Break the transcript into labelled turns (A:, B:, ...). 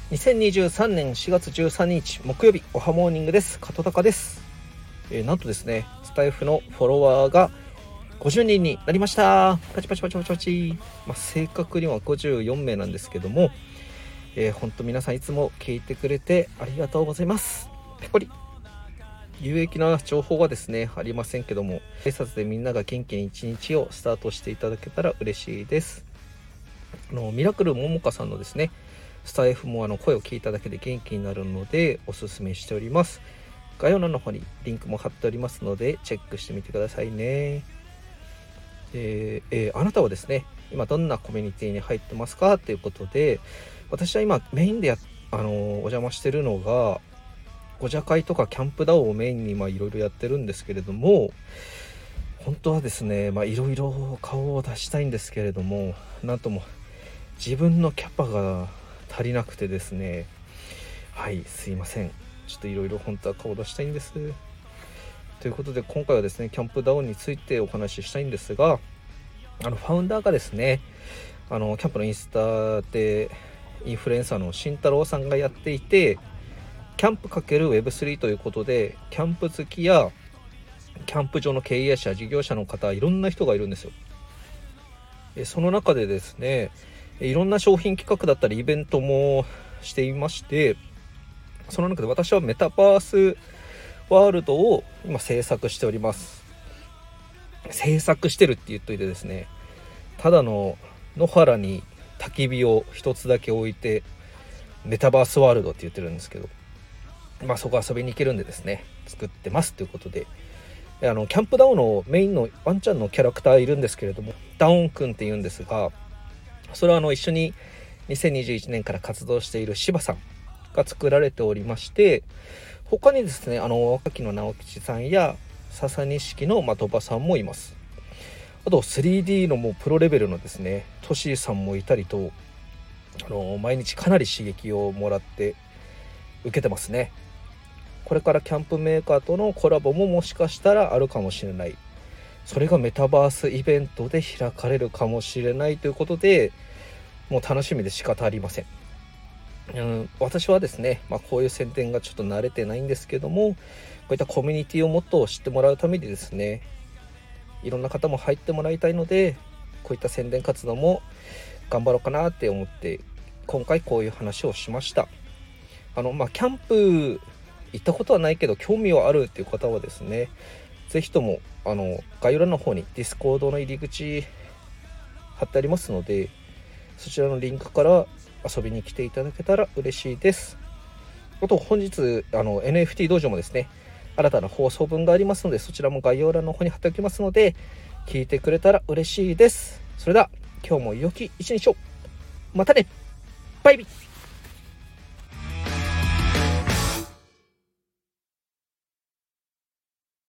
A: 2023年4月13日木曜日、おはモーニングです。加藤隆です。なんとですね、スタイフのフォロワーが50人になりました。パチパチパチパチパチ。正確には54名なんですけども、本当皆さんいつも聞いてくれてありがとうございます。ペコリ。有益な情報はですねありませんけども、挨拶でみんなが元気に一日をスタートしていただけたら嬉しいです。ミラクルももかさんのですねスタイフも声を聞いただけで元気になるのでおすすめしております。概要欄の方にリンクも貼っておりますのでチェックしてみてくださいね。あなたはですね今どんなコミュニティに入ってますかということで、私は今メインでお邪魔してるのがごじゃ会とかキャンプダウをメインにいろいろやってるんですけれども、本当はですねいろいろ顔を出したいんですけれども、なんとも自分のキャパが足りなくてですね、すいません。ちょっといろいろ本当は顔出したいんです。ということで今回はですねキャンプダウンについてお話ししたいんですが、ファウンダーがですねキャンプのインスタでインフルエンサーの慎太郎さんがやっていて、キャンプ×ウェブ3ということで、キャンプ好きやキャンプ場の経営者事業者の方、いろんな人がいるんですよ。その中でですねいろんな商品企画だったりイベントもしていまして、その中で私はメタバースワールドを今制作しております。制作してるって言っといてですね、ただの野原に焚き火を一つだけ置いてメタバースワールドって言ってるんですけど、そこ遊びに行けるんでですね作ってますということで、キャンプダウンのメインのワンちゃんのキャラクターいるんですけれども、ダウンくんって言うんですが、それは一緒に2021年から活動している柴さんが作られておりまして、他にですね若木の直吉さんや笹錦の的場さんもいます。あと 3D のもうプロレベルのですねトシーさんもいたりと、毎日かなり刺激をもらって受けてますね。これからキャンプメーカーとのコラボももしかしたらあるかもしれない。それがメタバースイベントで開かれるかもしれないということで、もう楽しみで仕方ありません。私はですね、こういう宣伝がちょっと慣れてないんですけども、こういったコミュニティをもっと知ってもらうためにですね、いろんな方も入ってもらいたいので、こういった宣伝活動も頑張ろうかなって思って今回こういう話をしました。キャンプ行ったことはないけど興味はあるっていう方はですね、ぜひとも概要欄の方にディスコードの入り口貼ってありますので、そちらのリンクから遊びに来ていただけたら嬉しいです。あと本日NFT 道場もですね新たな放送分がありますので、そちらも概要欄の方に貼っておきますので聞いてくれたら嬉しいです。それでは今日も良き一日を。またね。バイビー。